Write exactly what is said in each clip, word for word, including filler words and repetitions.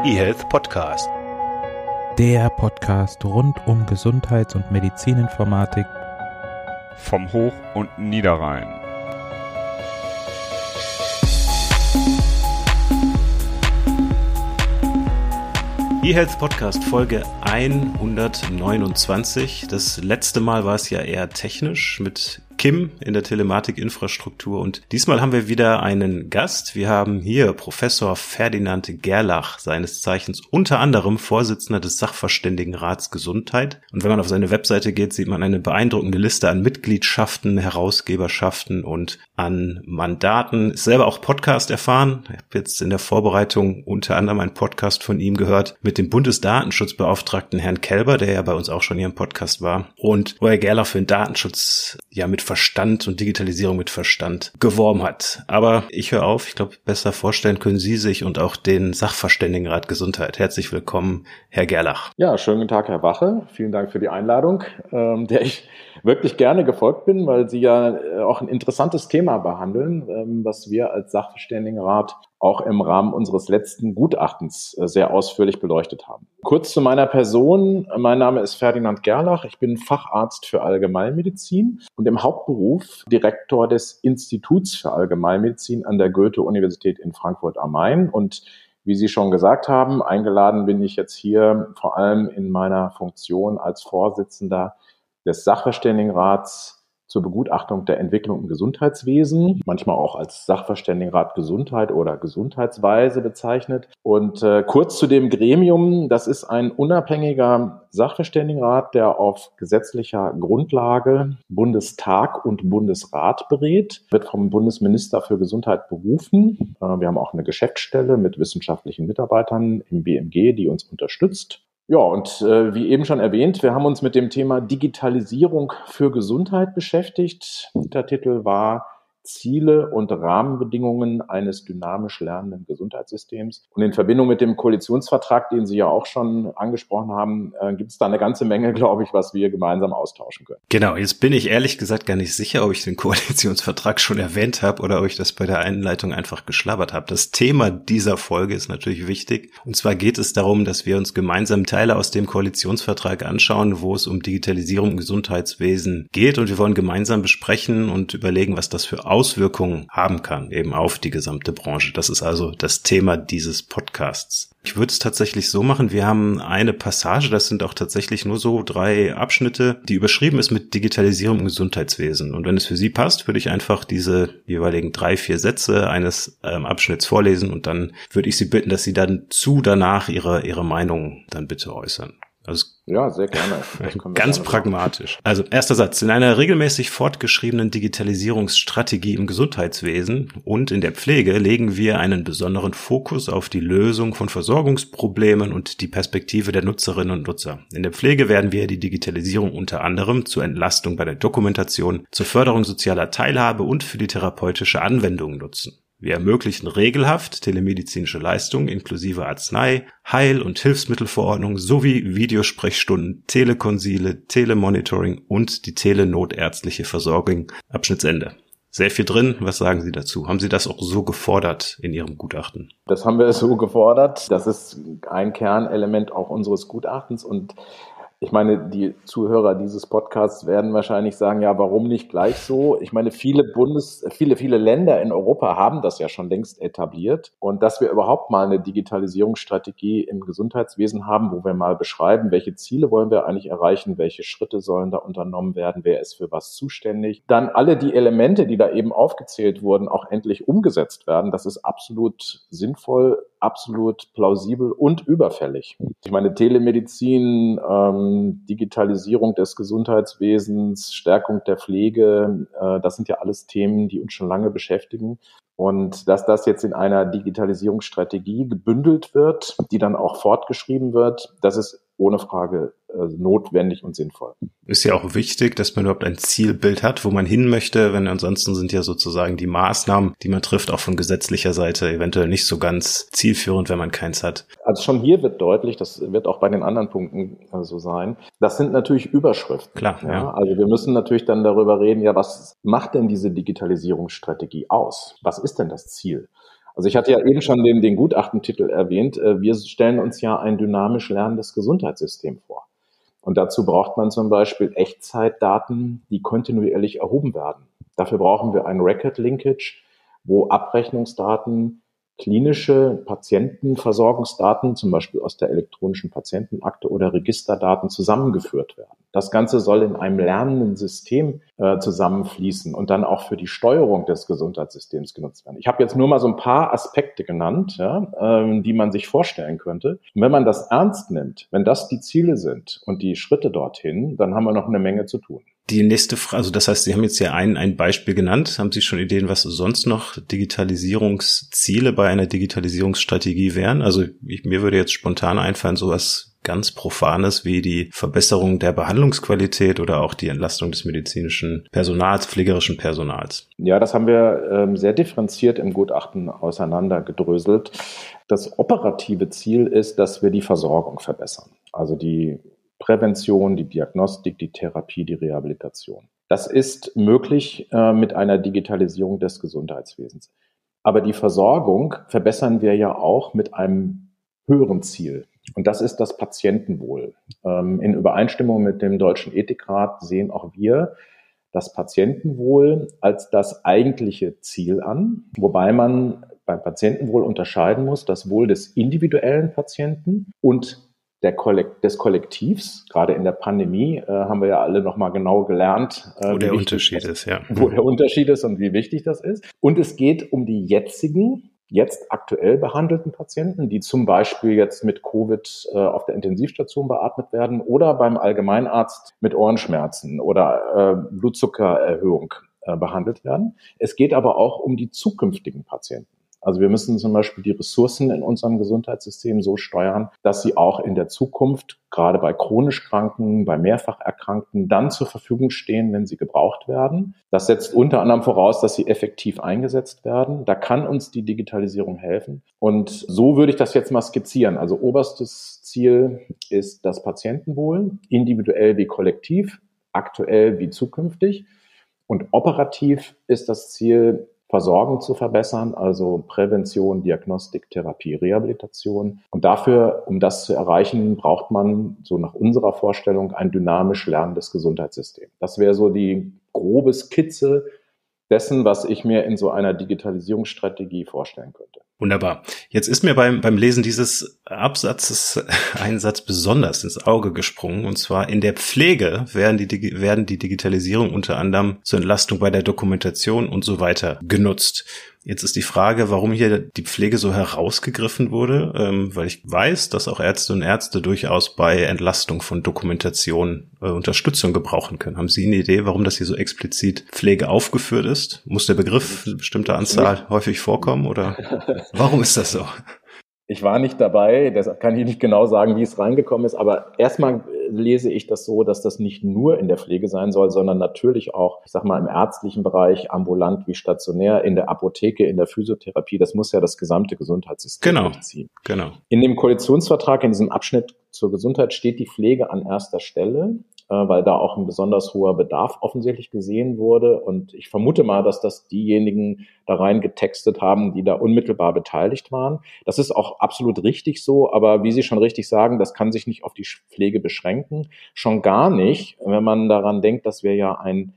eHealth Podcast. Der Podcast rund um Gesundheits- und Medizininformatik vom Hoch- und Niederrhein. eHealth Podcast Folge hundertneunundzwanzig. Das letzte Mal war es ja eher technisch mit Kim in der Telematikinfrastruktur und diesmal haben wir wieder einen Gast. Wir haben hier Professor Ferdinand Gerlach, seines Zeichens unter anderem Vorsitzender des Sachverständigenrats Gesundheit. Und wenn man auf seine Webseite geht, sieht man eine beeindruckende Liste an Mitgliedschaften, Herausgeberschaften und an Mandaten. Ist selber auch Podcast erfahren. Ich habe jetzt in der Vorbereitung unter anderem einen Podcast von ihm gehört mit dem Bundesdatenschutzbeauftragten Herrn Kelber, der ja bei uns auch schon hier im Podcast war. Und wo Herr Gerlach für den Datenschutz ja mit Verstand und Digitalisierung mit Verstand geworben hat. Aber ich höre auf. Ich glaube, besser vorstellen können Sie sich und auch den Sachverständigenrat Gesundheit. Herzlich willkommen, Herr Gerlach. Ja, schönen guten Tag, Herr Wache. Vielen Dank für die Einladung, ähm, der ich wirklich gerne gefolgt bin, weil Sie ja äh, auch ein interessantes Thema behandeln, ähm, was wir als Sachverständigenrat auch im Rahmen unseres letzten Gutachtens äh, sehr ausführlich beleuchtet haben. Kurz zu meiner Person. Mein Name ist Ferdinand Gerlach. Ich bin Facharzt für Allgemeinmedizin und im Hauptberuf Direktor des Instituts für Allgemeinmedizin an der Goethe-Universität in Frankfurt am Main. Und wie Sie schon gesagt haben, eingeladen bin ich jetzt hier vor allem in meiner Funktion als Vorsitzender des Sachverständigenrats zur Begutachtung der Entwicklung im Gesundheitswesen, manchmal auch als Sachverständigenrat Gesundheit oder Gesundheitsweise bezeichnet. Und äh, kurz zu dem Gremium, das ist ein unabhängiger Sachverständigenrat, der auf gesetzlicher Grundlage Bundestag und Bundesrat berät, wird vom Bundesminister für Gesundheit berufen. Äh, wir haben auch eine Geschäftsstelle mit wissenschaftlichen Mitarbeitern im B M G, die uns unterstützt. Ja, und äh, wie eben schon erwähnt, wir haben uns mit dem Thema Digitalisierung für Gesundheit beschäftigt. Der Titel war Ziele und Rahmenbedingungen eines dynamisch lernenden Gesundheitssystems. Und in Verbindung mit dem Koalitionsvertrag, den Sie ja auch schon angesprochen haben, äh, gibt es da eine ganze Menge, glaube ich, was wir gemeinsam austauschen können. Genau, jetzt bin ich ehrlich gesagt gar nicht sicher, ob ich den Koalitionsvertrag schon erwähnt habe oder ob ich das bei der Einleitung einfach geschlabbert habe. Das Thema dieser Folge ist natürlich wichtig. Und zwar geht es darum, dass wir uns gemeinsam Teile aus dem Koalitionsvertrag anschauen, wo es um Digitalisierung im Gesundheitswesen geht. Und wir wollen gemeinsam besprechen und überlegen, was das für Auswirkungen haben kann, eben auf die gesamte Branche. Das ist also das Thema dieses Podcasts. Ich würde es tatsächlich so machen, wir haben eine Passage, das sind auch tatsächlich nur so drei Abschnitte, die überschrieben ist mit Digitalisierung im Gesundheitswesen. Und wenn es für Sie passt, würde ich einfach diese jeweiligen drei, vier Sätze eines ähm, Abschnitts vorlesen und dann würde ich Sie bitten, dass Sie dann zu danach Ihre, Ihre Meinung dann bitte äußern. Also ja, sehr gerne. Ganz pragmatisch. Also erster Satz. In einer regelmäßig fortgeschriebenen Digitalisierungsstrategie im Gesundheitswesen und in der Pflege legen wir einen besonderen Fokus auf die Lösung von Versorgungsproblemen und die Perspektive der Nutzerinnen und Nutzer. In der Pflege werden wir die Digitalisierung unter anderem zur Entlastung bei der Dokumentation, zur Förderung sozialer Teilhabe und für die therapeutische Anwendung nutzen. Wir ermöglichen regelhaft telemedizinische Leistungen inklusive Arznei-, Heil- und Hilfsmittelverordnung sowie Videosprechstunden, Telekonsile, Telemonitoring und die telenotärztliche Versorgung. Abschnittsende. Sehr viel drin. Was sagen Sie dazu? Haben Sie das auch so gefordert in Ihrem Gutachten? Das haben wir so gefordert. Das ist ein Kernelement auch unseres Gutachtens und ich meine, die Zuhörer dieses Podcasts werden wahrscheinlich sagen, ja, warum nicht gleich so? Ich meine, viele Bundes, viele, viele Länder in Europa haben das ja schon längst etabliert. Und dass wir überhaupt mal eine Digitalisierungsstrategie im Gesundheitswesen haben, wo wir mal beschreiben, welche Ziele wollen wir eigentlich erreichen, welche Schritte sollen da unternommen werden, wer ist für was zuständig. Dann alle die Elemente, die da eben aufgezählt wurden, auch endlich umgesetzt werden. Das ist absolut sinnvoll, absolut plausibel und überfällig. Ich meine, Telemedizin, ähm, Digitalisierung des Gesundheitswesens, Stärkung der Pflege, äh, das sind ja alles Themen, die uns schon lange beschäftigen. Und dass das jetzt in einer Digitalisierungsstrategie gebündelt wird, die dann auch fortgeschrieben wird, das ist ohne Frage äh, notwendig und sinnvoll. Ist ja auch wichtig, dass man überhaupt ein Zielbild hat, wo man hin möchte, wenn ansonsten sind ja sozusagen die Maßnahmen, die man trifft, auch von gesetzlicher Seite eventuell nicht so ganz zielführend, wenn man keins hat. Also schon hier wird deutlich, das wird auch bei den anderen Punkten äh, so sein, das sind natürlich Überschriften. Klar, ja. ja. Also wir müssen natürlich dann darüber reden, ja, was macht denn diese Digitalisierungsstrategie aus? Was ist denn das Ziel? Also ich hatte ja eben schon den, den Gutachtentitel erwähnt. Wir stellen uns ja ein dynamisch lernendes Gesundheitssystem vor. Und dazu braucht man zum Beispiel Echtzeitdaten, die kontinuierlich erhoben werden. Dafür brauchen wir ein Record Linkage, wo Abrechnungsdaten, klinische Patientenversorgungsdaten, zum Beispiel aus der elektronischen Patientenakte oder Registerdaten zusammengeführt werden. Das Ganze soll in einem lernenden System äh, zusammenfließen und dann auch für die Steuerung des Gesundheitssystems genutzt werden. Ich habe jetzt nur mal so ein paar Aspekte genannt, ja, ähm, die man sich vorstellen könnte. Und wenn man das ernst nimmt, wenn das die Ziele sind und die Schritte dorthin, dann haben wir noch eine Menge zu tun. Die nächste Frage, also das heißt, Sie haben jetzt ja ein, ein Beispiel genannt. Haben Sie schon Ideen, was sonst noch Digitalisierungsziele bei einer Digitalisierungsstrategie wären? Also ich, mir würde jetzt spontan einfallen, sowas ganz Profanes wie die Verbesserung der Behandlungsqualität oder auch die Entlastung des medizinischen Personals, pflegerischen Personals. Ja, das haben wir ähm, sehr differenziert im Gutachten auseinandergedröselt. Das operative Ziel ist, dass wir die Versorgung verbessern. Also die Prävention, die Diagnostik, die Therapie, die Rehabilitation. Das ist möglich äh, mit einer Digitalisierung des Gesundheitswesens. Aber die Versorgung verbessern wir ja auch mit einem höheren Ziel. Und das ist das Patientenwohl. Ähm, in Übereinstimmung mit dem Deutschen Ethikrat sehen auch wir das Patientenwohl als das eigentliche Ziel an, wobei man beim Patientenwohl unterscheiden muss, das Wohl des individuellen Patienten und Der Kollekt- des Kollektivs. Gerade in der Pandemie äh, haben wir ja alle nochmal genau gelernt, äh, wo der Unterschied ist, ja. Wo der Unterschied ist und wie wichtig das ist. Und es geht um die jetzigen, jetzt aktuell behandelten Patienten, die zum Beispiel jetzt mit Covid äh, auf der Intensivstation beatmet werden oder beim Allgemeinarzt mit Ohrenschmerzen oder äh, Blutzuckererhöhung äh, behandelt werden. Es geht aber auch um die zukünftigen Patienten. Also wir müssen zum Beispiel die Ressourcen in unserem Gesundheitssystem so steuern, dass sie auch in der Zukunft, gerade bei chronisch Kranken, bei Mehrfacherkrankten, dann zur Verfügung stehen, wenn sie gebraucht werden. Das setzt unter anderem voraus, dass sie effektiv eingesetzt werden. Da kann uns die Digitalisierung helfen. Und so würde ich das jetzt mal skizzieren. Also oberstes Ziel ist das Patientenwohl, individuell wie kollektiv, aktuell wie zukünftig. Und operativ ist das Ziel, Versorgung zu verbessern, also Prävention, Diagnostik, Therapie, Rehabilitation. Und dafür, um das zu erreichen, braucht man, so nach unserer Vorstellung, ein dynamisch lernendes Gesundheitssystem. Das wäre so die grobe Skizze dessen, was ich mir in so einer Digitalisierungsstrategie vorstellen könnte. Wunderbar. Jetzt ist mir beim, beim Lesen dieses Absatzes ein Satz besonders ins Auge gesprungen, und zwar: In der Pflege werden die, werden die Digitalisierung unter anderem zur Entlastung bei der Dokumentation und so weiter genutzt. Jetzt ist die Frage, warum hier die Pflege so herausgegriffen wurde, ähm, weil ich weiß, dass auch Ärzte und Ärzte durchaus bei Entlastung von Dokumentation äh, Unterstützung gebrauchen können. Haben Sie eine Idee, warum das hier so explizit Pflege aufgeführt ist? Muss der Begriff eine bestimmte Anzahl häufig vorkommen oder warum ist das so? Ich war nicht dabei, deshalb kann ich nicht genau sagen, wie es reingekommen ist, aber erstmal lese ich das so, dass das nicht nur in der Pflege sein soll, sondern natürlich auch, ich sag mal, im ärztlichen Bereich, ambulant wie stationär, in der Apotheke, in der Physiotherapie. Das muss ja das gesamte Gesundheitssystem genau, durchziehen. Genau. In dem Koalitionsvertrag, in diesem Abschnitt zur Gesundheit, steht die Pflege an erster Stelle, weil da auch ein besonders hoher Bedarf offensichtlich gesehen wurde. Und ich vermute mal, dass das diejenigen da rein getextet haben, die da unmittelbar beteiligt waren. Das ist auch absolut richtig so, aber wie Sie schon richtig sagen, das kann sich nicht auf die Pflege beschränken. Schon gar nicht, wenn man daran denkt, dass wir ja ein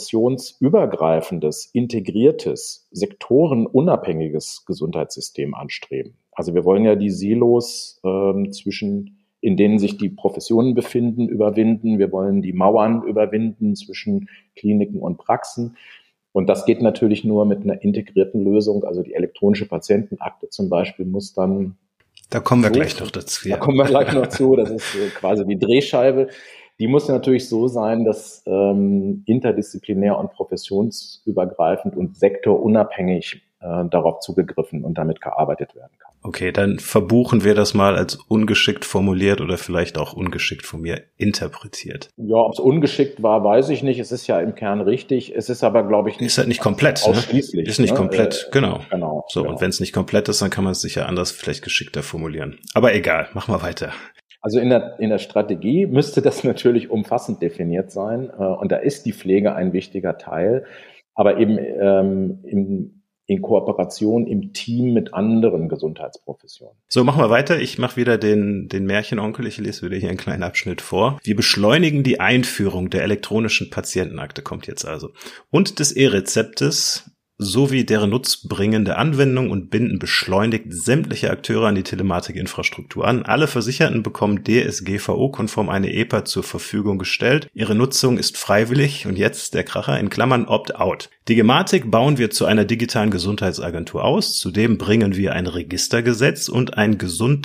professionsübergreifendes, integriertes, sektorenunabhängiges Gesundheitssystem anstreben. Also wir wollen ja die Silos ähm, zwischen in denen sich die Professionen befinden, überwinden. Wir wollen die Mauern überwinden zwischen Kliniken und Praxen. Und das geht natürlich nur mit einer integrierten Lösung. Also die elektronische Patientenakte zum Beispiel muss dann... Da kommen wir so, gleich noch dazu. Ja. Da kommen wir gleich noch zu. Das ist quasi die Drehscheibe. Die muss natürlich so sein, dass ähm, interdisziplinär und professionsübergreifend und sektorunabhängig äh, darauf zugegriffen und damit gearbeitet werden kann. Okay, dann verbuchen wir das mal als ungeschickt formuliert oder vielleicht auch ungeschickt von mir interpretiert. Ja, ob es ungeschickt war, weiß ich nicht. Es ist ja im Kern richtig. Es ist aber, glaube ich, nicht ist halt nicht komplett. Ausschließlich. Ne? Ist nicht ne? komplett, äh, genau. genau. So, genau. Und wenn es nicht komplett ist, dann kann man es sicher anders, vielleicht geschickter formulieren. Aber egal, machen wir weiter. Also in der, in der Strategie müsste das natürlich umfassend definiert sein. Und da ist die Pflege ein wichtiger Teil. Aber eben ähm, im in Kooperation im Team mit anderen Gesundheitsprofessionen. So, machen wir weiter. Ich mache wieder den, den Märchenonkel. Ich lese wieder hier einen kleinen Abschnitt vor. Wir beschleunigen die Einführung der elektronischen Patientenakte, kommt jetzt also, und des E-Rezeptes sowie deren nutzbringende Anwendung und binden beschleunigt sämtliche Akteure an die Telematikinfrastruktur an. Alle Versicherten bekommen D S G V O-konform eine E P A zur Verfügung gestellt. Ihre Nutzung ist freiwillig und jetzt der Kracher in Klammern Opt-out. Die Gematik bauen wir zu einer digitalen Gesundheitsagentur aus. Zudem bringen wir ein Registergesetz und ein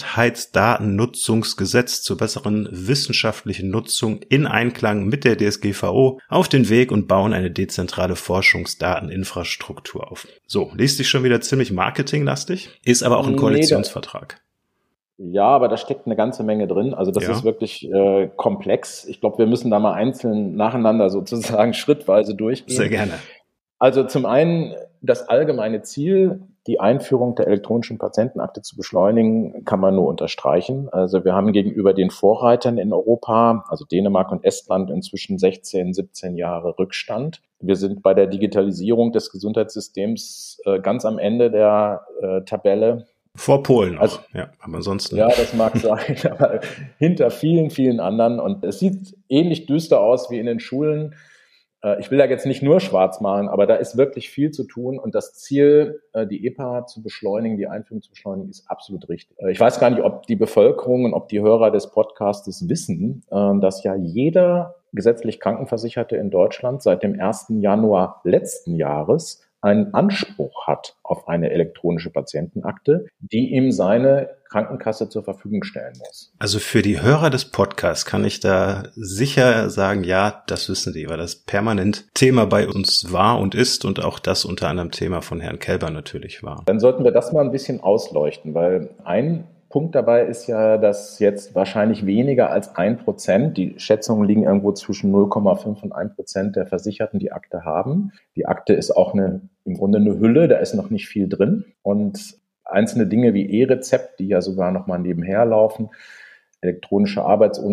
Gesundheitsdatennutzungsgesetz zur besseren wissenschaftlichen Nutzung in Einklang mit der D S G V O auf den Weg und bauen eine dezentrale Forschungsdateninfrastruktur auf. So, liest sich schon wieder ziemlich marketinglastig, ist aber auch ein Koalitionsvertrag. Ja, aber da steckt eine ganze Menge drin. Also das ja. ist wirklich äh, komplex. Ich glaube, wir müssen da mal einzeln nacheinander sozusagen schrittweise durchgehen. Sehr gerne. Also zum einen das allgemeine Ziel, die Einführung der elektronischen Patientenakte zu beschleunigen, kann man nur unterstreichen. Also wir haben gegenüber den Vorreitern in Europa, also Dänemark und Estland, inzwischen sechzehn, siebzehn Jahre Rückstand. Wir sind bei der Digitalisierung des Gesundheitssystems äh, ganz am Ende der äh, Tabelle. Vor Polen auch, also, ja, aber ansonsten. Ja, das mag sein, aber hinter vielen, vielen anderen. Und es sieht ähnlich düster aus wie in den Schulen. Ich will da jetzt nicht nur schwarz malen, aber da ist wirklich viel zu tun und das Ziel, die E P A zu beschleunigen, die Einführung zu beschleunigen, ist absolut richtig. Ich weiß gar nicht, ob die Bevölkerung und ob die Hörer des Podcastes wissen, dass ja jeder gesetzlich Krankenversicherte in Deutschland seit dem ersten Januar letzten Jahres einen Anspruch hat auf eine elektronische Patientenakte, die ihm seine Krankenkasse zur Verfügung stellen muss. Also für die Hörer des Podcasts kann ich da sicher sagen, ja, das wissen die, weil das permanent Thema bei uns war und ist und auch das unter anderem Thema von Herrn Kelber natürlich war. Dann sollten wir das mal ein bisschen ausleuchten, weil ein Punkt dabei ist ja, dass jetzt wahrscheinlich weniger als ein Prozent, die Schätzungen liegen irgendwo zwischen null Komma fünf und ein Prozent der Versicherten die Akte haben. Die Akte ist auch eine, im Grunde eine Hülle, da ist noch nicht viel drin. Und einzelne Dinge wie E-Rezept, die ja sogar noch mal nebenher laufen, elektronische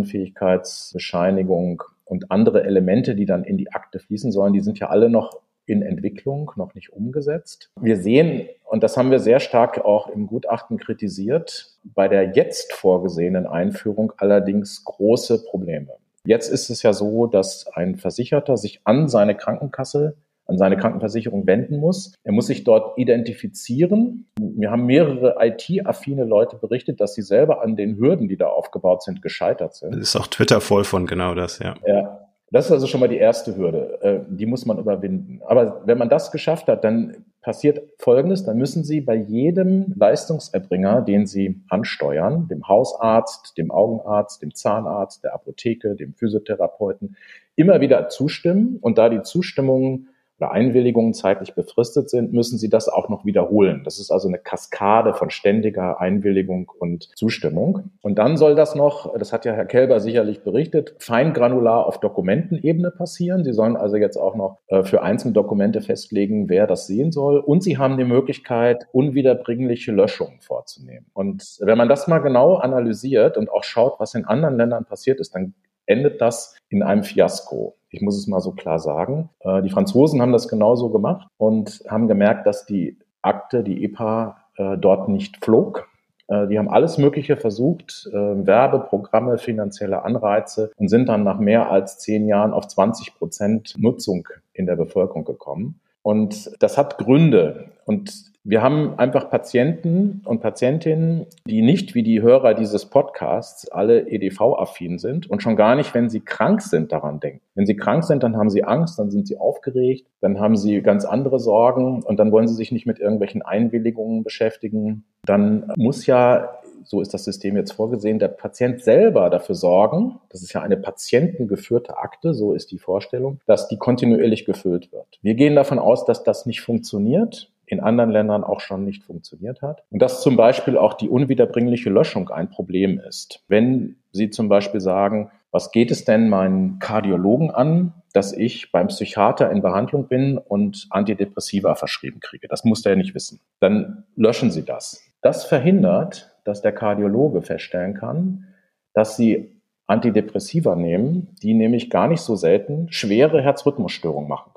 Arbeitsunfähigkeitsbescheinigung und andere Elemente, die dann in die Akte fließen sollen, die sind ja alle noch in Entwicklung, noch nicht umgesetzt. Wir sehen, und das haben wir sehr stark auch im Gutachten kritisiert, bei der jetzt vorgesehenen Einführung allerdings große Probleme. Jetzt ist es ja so, dass ein Versicherter sich an seine Krankenkasse, an seine Krankenversicherung wenden muss. Er muss sich dort identifizieren. Wir haben mehrere I T-affine Leute berichtet, dass sie selber an den Hürden, die da aufgebaut sind, gescheitert sind. Das ist auch Twitter voll von genau das, ja. Ja. Das ist also schon mal die erste Hürde, die muss man überwinden. Aber wenn man das geschafft hat, dann passiert Folgendes, dann müssen Sie bei jedem Leistungserbringer, den Sie ansteuern, dem Hausarzt, dem Augenarzt, dem Zahnarzt, der Apotheke, dem Physiotherapeuten, immer wieder zustimmen. Und da die Zustimmung oder Einwilligungen zeitlich befristet sind, müssen Sie das auch noch wiederholen. Das ist also eine Kaskade von ständiger Einwilligung und Zustimmung. Und dann soll das noch, das hat ja Herr Kelber sicherlich berichtet, feingranular auf Dokumentenebene passieren. Sie sollen also jetzt auch noch für einzelne Dokumente festlegen, wer das sehen soll. Und Sie haben die Möglichkeit, unwiederbringliche Löschungen vorzunehmen. Und wenn man das mal genau analysiert und auch schaut, was in anderen Ländern passiert ist, dann endet das in einem Fiasko. Ich muss es mal so klar sagen. Die Franzosen haben das genauso gemacht und haben gemerkt, dass die Akte, die E P A, dort nicht flog. Die haben alles Mögliche versucht, Werbeprogramme, finanzielle Anreize und sind dann nach mehr als zehn Jahren auf zwanzig Prozent Nutzung in der Bevölkerung gekommen. Und das hat Gründe. Und wir haben einfach Patienten und Patientinnen, die nicht wie die Hörer dieses Podcasts alle E D V-affin sind und schon gar nicht, wenn sie krank sind, daran denken. Wenn sie krank sind, dann haben sie Angst, dann sind sie aufgeregt, dann haben sie ganz andere Sorgen und dann wollen sie sich nicht mit irgendwelchen Einwilligungen beschäftigen. Dann muss ja, so ist das System jetzt vorgesehen, der Patient selber dafür sorgen, das ist ja eine patientengeführte Akte, so ist die Vorstellung, dass die kontinuierlich gefüllt wird. Wir gehen davon aus, dass das nicht funktioniert, in anderen Ländern auch schon nicht funktioniert hat. Und dass zum Beispiel auch die unwiederbringliche Löschung ein Problem ist. Wenn Sie zum Beispiel sagen, was geht es denn meinen Kardiologen an, dass ich beim Psychiater in Behandlung bin und Antidepressiva verschrieben kriege? Das muss der ja nicht wissen. Dann löschen Sie das. Das verhindert, dass der Kardiologe feststellen kann, dass Sie Antidepressiva nehmen, die nämlich gar nicht so selten schwere Herzrhythmusstörungen machen können.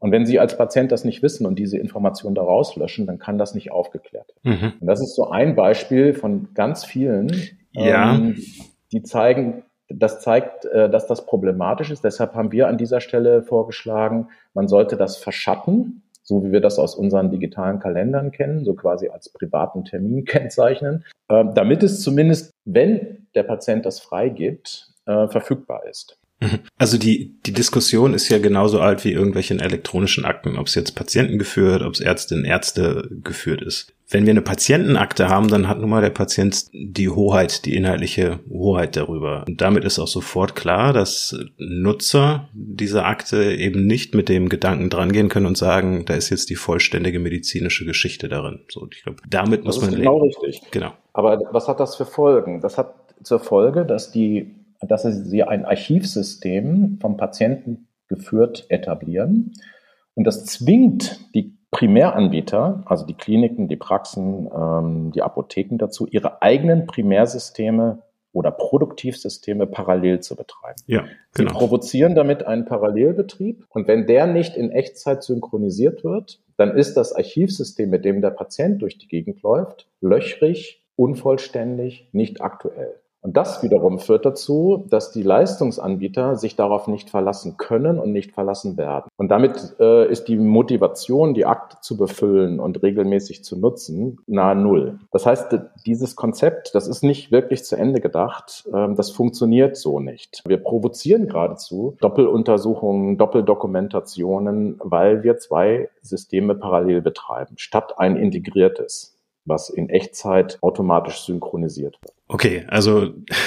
Und wenn Sie als Patient das nicht wissen und diese Information da rauslöschen, dann kann das nicht aufgeklärt werden. Mhm. Und das ist so ein Beispiel von ganz vielen, ja. ähm, die zeigen, das zeigt, äh, dass das problematisch ist. Deshalb haben wir an dieser Stelle vorgeschlagen, man sollte das verschatten, so wie wir das aus unseren digitalen Kalendern kennen, so quasi als privaten Termin kennzeichnen, äh, damit es zumindest, wenn der Patient das freigibt, äh, verfügbar ist. Also die die Diskussion ist ja genauso alt wie irgendwelche elektronischen Akten, ob es jetzt Patienten geführt, ob es Ärztinnen, Ärzte geführt ist. Wenn wir eine Patientenakte haben, dann hat nun mal der Patient die Hoheit, die inhaltliche Hoheit darüber. Und damit ist auch sofort klar, dass Nutzer dieser Akte eben nicht mit dem Gedanken drangehen können und sagen, da ist jetzt die vollständige medizinische Geschichte darin. So, ich glaube, damit muss man leben. Das ist genau richtig. Genau. Aber was hat das für Folgen? Das hat zur Folge, dass die dass sie ein Archivsystem vom Patienten geführt etablieren. Und das zwingt die Primäranbieter, also die Kliniken, die Praxen, ähm, die Apotheken dazu, ihre eigenen Primärsysteme oder Produktivsysteme parallel zu betreiben. Ja, genau. Sie provozieren damit einen Parallelbetrieb. Und wenn der nicht in Echtzeit synchronisiert wird, dann ist das Archivsystem, mit dem der Patient durch die Gegend läuft, löchrig, unvollständig, nicht aktuell. Und das wiederum führt dazu, dass die Leistungsanbieter sich darauf nicht verlassen können und nicht verlassen werden. Und damit äh, ist die Motivation, die Akte zu befüllen und regelmäßig zu nutzen, nahe Null. Das heißt, dieses Konzept, das ist nicht wirklich zu Ende gedacht. Ähm, das funktioniert so nicht. Wir provozieren geradezu Doppeluntersuchungen, Doppeldokumentationen, weil wir zwei Systeme parallel betreiben, statt ein integriertes, was in Echtzeit automatisch synchronisiert wird. Okay, also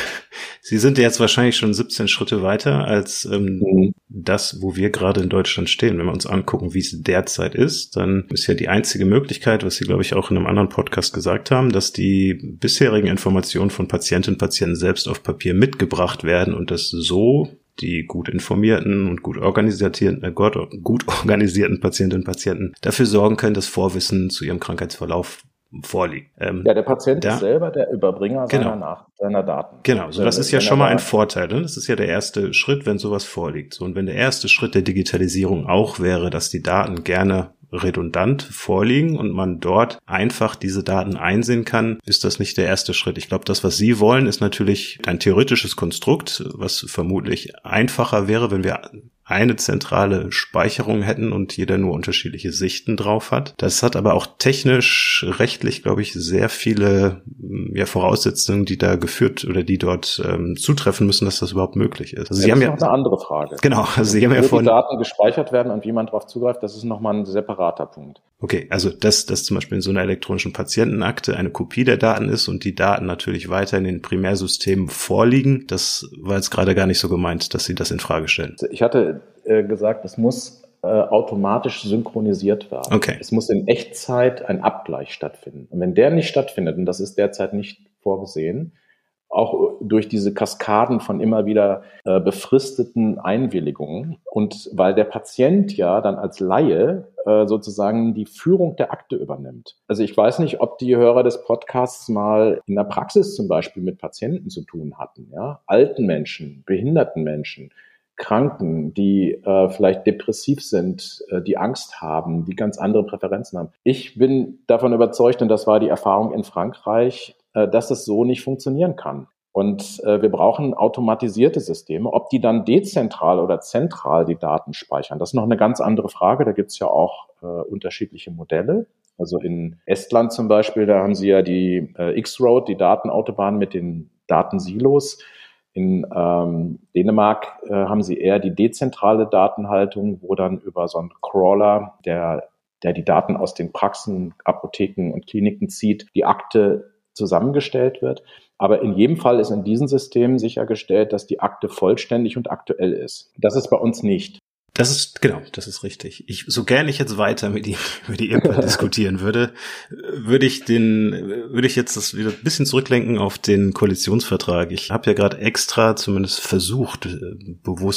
Sie sind jetzt wahrscheinlich schon siebzehn Schritte weiter als ähm, mhm. das, wo wir gerade in Deutschland stehen. Wenn wir uns angucken, wie es derzeit ist, dann ist ja die einzige Möglichkeit, was Sie, glaube ich, auch in einem anderen Podcast gesagt haben, dass die bisherigen Informationen von Patientinnen und Patienten selbst auf Papier mitgebracht werden und das so die gut informierten und gut organisierten, äh, gut organisierten Patientinnen und Patienten dafür sorgen können, dass Vorwissen zu ihrem Krankheitsverlauf vorliegt. Ähm, ja, der Patient da, ist selber der Überbringer genau. seiner, Nach- seiner Daten. Genau, so das ist ja schon mal ein Vorteil. Ne? Das ist ja der erste Schritt, wenn sowas vorliegt. So, und wenn der erste Schritt der Digitalisierung auch wäre, dass die Daten gerne redundant vorliegen und man dort einfach diese Daten einsehen kann, ist das nicht der erste Schritt. Ich glaube, das, was Sie wollen, ist natürlich ein theoretisches Konstrukt, was vermutlich einfacher wäre, wenn wir eine zentrale Speicherung hätten und jeder nur unterschiedliche Sichten drauf hat. Das hat aber auch technisch, rechtlich, glaube ich, sehr viele ja, Voraussetzungen, die da geführt oder die dort ähm, zutreffen müssen, dass das überhaupt möglich ist. Also das Sie haben ist ja noch eine andere Frage. Genau, also Sie haben ja Wo vorhin die Daten gespeichert werden und wie man darauf zugreift, das ist nochmal ein separater Punkt. Okay, also dass das zum Beispiel in so einer elektronischen Patientenakte eine Kopie der Daten ist und die Daten natürlich weiter in den Primärsystemen vorliegen, das war jetzt gerade gar nicht so gemeint, dass Sie das in Frage stellen. Ich hatte äh, gesagt, es muss äh, automatisch synchronisiert werden. Okay. Es muss in Echtzeit ein Abgleich stattfinden. Und wenn der nicht stattfindet, und das ist derzeit nicht vorgesehen, auch durch diese Kaskaden von immer wieder äh, befristeten Einwilligungen und weil der Patient ja dann als Laie äh, sozusagen die Führung der Akte übernimmt. Also ich weiß nicht, ob die Hörer des Podcasts mal in der Praxis zum Beispiel mit Patienten zu tun hatten, ja, alten Menschen, behinderten Menschen, Kranken, die äh, vielleicht depressiv sind, äh, die Angst haben, die ganz andere Präferenzen haben. Ich bin davon überzeugt, und das war die Erfahrung in Frankreich, äh, dass es so nicht funktionieren kann. Und äh, wir brauchen automatisierte Systeme. Ob die dann dezentral oder zentral die Daten speichern, das ist noch eine ganz andere Frage. Da gibt es ja auch äh, unterschiedliche Modelle. Also in Estland zum Beispiel, da haben sie ja die äh, X-Road, die Datenautobahn mit den Datensilos. In ähm, Dänemark äh, haben sie eher die dezentrale Datenhaltung, wo dann über so einen Crawler, der, der die Daten aus den Praxen, Apotheken und Kliniken zieht, die Akte zusammengestellt wird. Aber in jedem Fall ist in diesen Systemen sichergestellt, dass die Akte vollständig und aktuell ist. Das ist bei uns nicht. Das ist, genau, das ist richtig. Ich, so gern ich jetzt weiter mit Ihnen über die I P A diskutieren würde, würde ich den, würde ich jetzt das wieder ein bisschen zurücklenken auf den Koalitionsvertrag. Ich habe ja gerade extra zumindest versucht, bewusst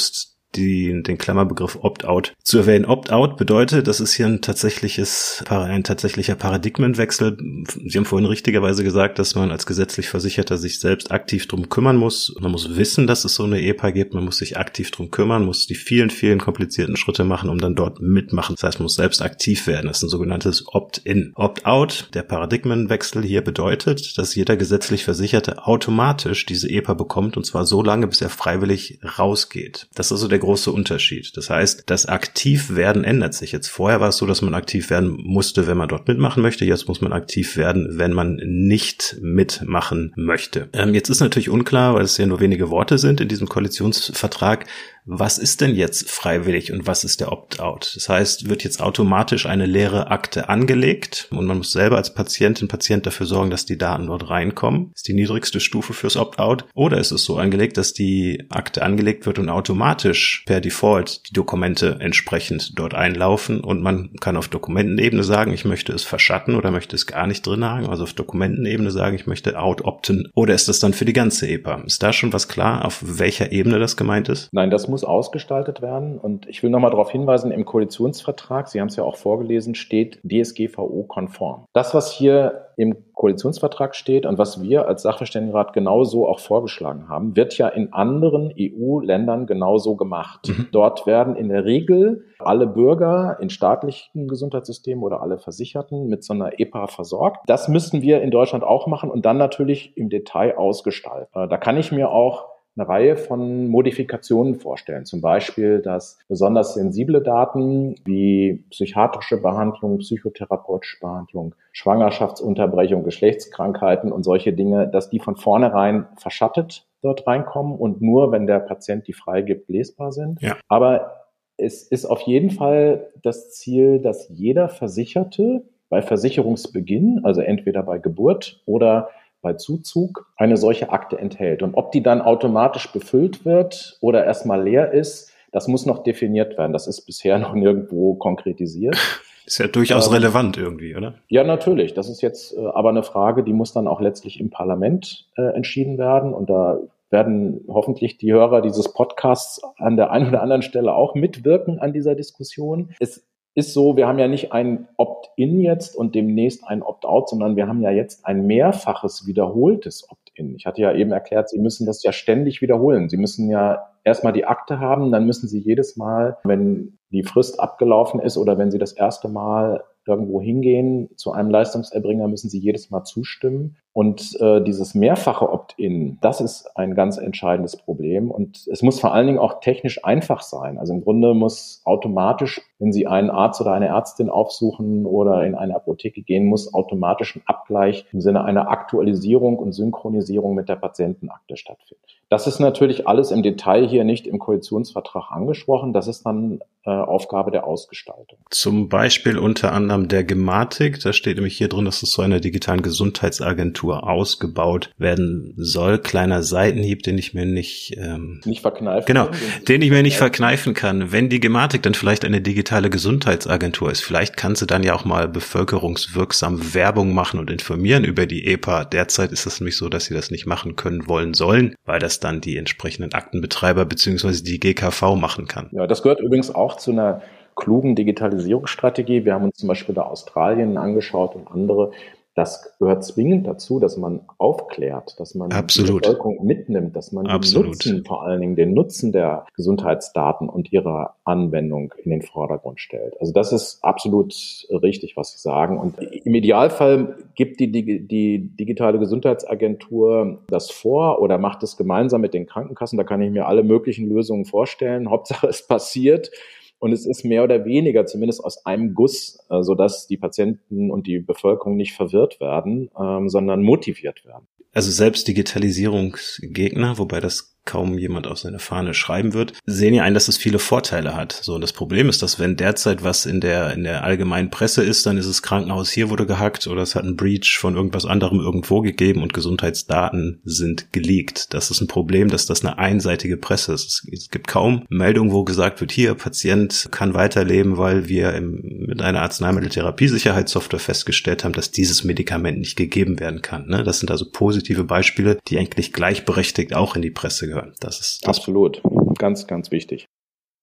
die, den Klammerbegriff Opt-out zu erwähnen. Opt-out bedeutet, das ist hier ein tatsächliches, ein tatsächlicher Paradigmenwechsel. Sie haben vorhin richtigerweise gesagt, dass man als gesetzlich Versicherter sich selbst aktiv drum kümmern muss. Man muss wissen, dass es so eine E P A gibt. Man muss sich aktiv drum kümmern, muss die vielen, vielen komplizierten Schritte machen, um dann dort mitmachen. Das heißt, man muss selbst aktiv werden. Das ist ein sogenanntes Opt-in. Opt-out, der Paradigmenwechsel hier bedeutet, dass jeder gesetzlich Versicherte automatisch diese E P A bekommt, und zwar so lange, bis er freiwillig rausgeht. Das ist also der große Unterschied. Das heißt, das Aktivwerden ändert sich. Jetzt vorher war es so, dass man aktiv werden musste, wenn man dort mitmachen möchte. Jetzt muss man aktiv werden, wenn man nicht mitmachen möchte. Ähm, jetzt ist natürlich unklar, weil es ja nur wenige Worte sind in diesem Koalitionsvertrag, was ist denn jetzt freiwillig und was ist der Opt-out? Das heißt, wird jetzt automatisch eine leere Akte angelegt und man muss selber als Patientin, Patient dafür sorgen, dass die Daten dort reinkommen? Ist die niedrigste Stufe fürs Opt-out? Oder ist es so angelegt, dass die Akte angelegt wird und automatisch per Default die Dokumente entsprechend dort einlaufen und man kann auf Dokumentenebene sagen, ich möchte es verschatten oder möchte es gar nicht drin haben, also auf Dokumentenebene sagen, ich möchte out-opten, oder ist das dann für die ganze E P A? Ist da schon was klar, auf welcher Ebene das gemeint ist? Nein, das muss ausgestaltet werden, und ich will nochmal darauf hinweisen, im Koalitionsvertrag, Sie haben es ja auch vorgelesen, steht D S G V O-konform. Das, was hier im Koalitionsvertrag steht und was wir als Sachverständigenrat genauso auch vorgeschlagen haben, wird ja in anderen E U-Ländern genauso gemacht. Mhm. Dort werden in der Regel alle Bürger in staatlichen Gesundheitssystemen oder alle Versicherten mit so einer E P A versorgt. Das müssen wir in Deutschland auch machen und dann natürlich im Detail ausgestalten. Da kann ich mir auch eine Reihe von Modifikationen vorstellen. Zum Beispiel, dass besonders sensible Daten wie psychiatrische Behandlung, psychotherapeutische Behandlung, Schwangerschaftsunterbrechung, Geschlechtskrankheiten und solche Dinge, dass die von vornherein verschattet dort reinkommen und nur, wenn der Patient die freigibt, lesbar sind. Ja. Aber es ist auf jeden Fall das Ziel, dass jeder Versicherte bei Versicherungsbeginn, also entweder bei Geburt oder bei Zuzug, eine solche Akte enthält. Und ob die dann automatisch befüllt wird oder erstmal leer ist, das muss noch definiert werden. Das ist bisher noch nirgendwo konkretisiert. Ist ja durchaus ähm, relevant irgendwie, oder? Ja, natürlich. Das ist jetzt äh, aber eine Frage, die muss dann auch letztlich im Parlament äh, entschieden werden. Und da werden hoffentlich die Hörer dieses Podcasts an der einen oder anderen Stelle auch mitwirken an dieser Diskussion. Es ist so, wir haben ja nicht ein Opt-in jetzt und demnächst ein Opt-out, sondern wir haben ja jetzt ein mehrfaches wiederholtes Opt-in. Ich hatte ja eben erklärt, Sie müssen das ja ständig wiederholen. Sie müssen ja erstmal die Akte haben, dann müssen Sie jedes Mal, wenn die Frist abgelaufen ist oder wenn Sie das erste Mal irgendwo hingehen zu einem Leistungserbringer, müssen Sie jedes Mal zustimmen. Und äh, dieses mehrfache Opt-in, das ist ein ganz entscheidendes Problem. Und es muss vor allen Dingen auch technisch einfach sein. Also im Grunde muss automatisch, wenn Sie einen Arzt oder eine Ärztin aufsuchen oder in eine Apotheke gehen, muss automatisch ein Abgleich im Sinne einer Aktualisierung und Synchronisierung mit der Patientenakte stattfinden. Das ist natürlich alles im Detail hier nicht im Koalitionsvertrag angesprochen. Das ist dann äh, Aufgabe der Ausgestaltung. Zum Beispiel unter anderem der Gematik. Da steht nämlich hier drin, dass es zu einer digitalen Gesundheitsagentur ausgebaut werden soll. Kleiner Seitenhieb, den ich mir nicht ähm, nicht verkneifen genau, kann. Den, den ich mir nicht verkneifen kann. Wenn die Gematik dann vielleicht eine digitale Gesundheitsagentur ist, vielleicht kann sie dann ja auch mal bevölkerungswirksam Werbung machen und informieren über die E P A. Derzeit ist es nämlich so, dass sie das nicht machen können, wollen, sollen, weil das dann die entsprechenden Aktenbetreiber bzw. die G K V machen kann. Ja, das gehört übrigens auch zu einer klugen Digitalisierungsstrategie. Wir haben uns zum Beispiel da Australien angeschaut und andere. Das gehört zwingend dazu, dass man aufklärt, dass man Absolut. die Bevölkerung mitnimmt, dass man Absolut. den Nutzen, vor allen Dingen den Nutzen der Gesundheitsdaten und ihrer Anwendung in den Vordergrund stellt. Also das ist absolut richtig, was Sie sagen. Und im Idealfall gibt die, die, die digitale Gesundheitsagentur das vor oder macht es gemeinsam mit den Krankenkassen. Da kann ich mir alle möglichen Lösungen vorstellen. Hauptsache es passiert. Und es ist mehr oder weniger zumindest aus einem Guss, äh, sodass die Patienten und die Bevölkerung nicht verwirrt werden, ähm, sondern motiviert werden. Also selbst Digitalisierungsgegner, wobei das kaum jemand auf seine Fahne schreiben wird, sehen ja ein, dass es viele Vorteile hat. So, und das Problem ist, dass wenn derzeit was in der in der allgemeinen Presse ist, dann ist es Krankenhaus hier wurde gehackt oder es hat einen Breach von irgendwas anderem irgendwo gegeben und Gesundheitsdaten sind geleakt. Das ist ein Problem, dass das eine einseitige Presse ist. Es gibt kaum Meldungen, wo gesagt wird, hier, Patient kann weiterleben, weil wir im, mit einer Arzneimitteltherapiesicherheitssoftware festgestellt haben, dass dieses Medikament nicht gegeben werden kann. Ne? Das sind also positive Beispiele, die eigentlich gleichberechtigt auch in die Presse gehören. Das ist das absolut, ganz, ganz wichtig.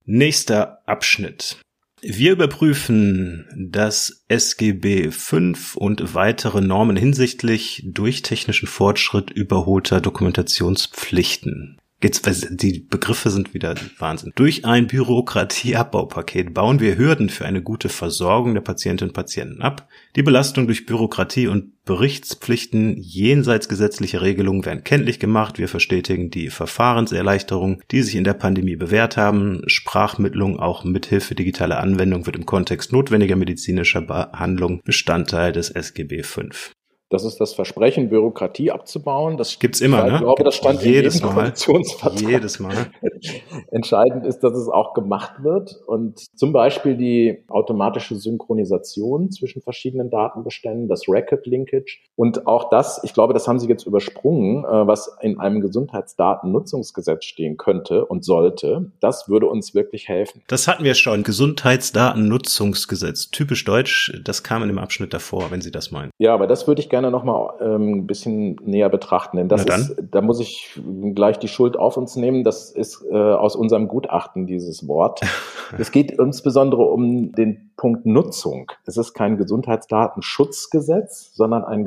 Nächster Abschnitt. Wir überprüfen das S G B fünf und weitere Normen hinsichtlich durch technischen Fortschritt überholter Dokumentationspflichten. Geht's, die Begriffe sind wieder Wahnsinn. Durch ein Bürokratieabbaupaket bauen wir Hürden für eine gute Versorgung der Patientinnen und Patienten ab. Die Belastung durch Bürokratie und Berichtspflichten jenseits gesetzlicher Regelungen werden kenntlich gemacht. Wir verstetigen die Verfahrenserleichterungen, die sich in der Pandemie bewährt haben. Sprachmittlung auch mithilfe digitaler Anwendung wird im Kontext notwendiger medizinischer Behandlung Bestandteil des S G B fünf. Das ist das Versprechen, Bürokratie abzubauen. Das gibt's immer, ne? Ich glaube, das stand jedes in jedem Mal. Koalitionsvertrag. Jedes Mal. Entscheidend ist, dass es auch gemacht wird und zum Beispiel die automatische Synchronisation zwischen verschiedenen Datenbeständen, das Record Linkage und auch das, ich glaube, das haben Sie jetzt übersprungen, was in einem Gesundheitsdatennutzungsgesetz stehen könnte und sollte. Das würde uns wirklich helfen. Das hatten wir schon. Gesundheitsdatennutzungsgesetz. Typisch deutsch. Das kam in dem Abschnitt davor, wenn Sie das meinen. Ja, aber das würde ich gerne noch mal ähm, ein bisschen näher betrachten, denn das ist, da muss ich gleich die Schuld auf uns nehmen. Das ist äh, aus unserem Gutachten dieses Wort. Es geht insbesondere um den Punkt Nutzung. Es ist kein Gesundheitsdatenschutzgesetz, sondern ein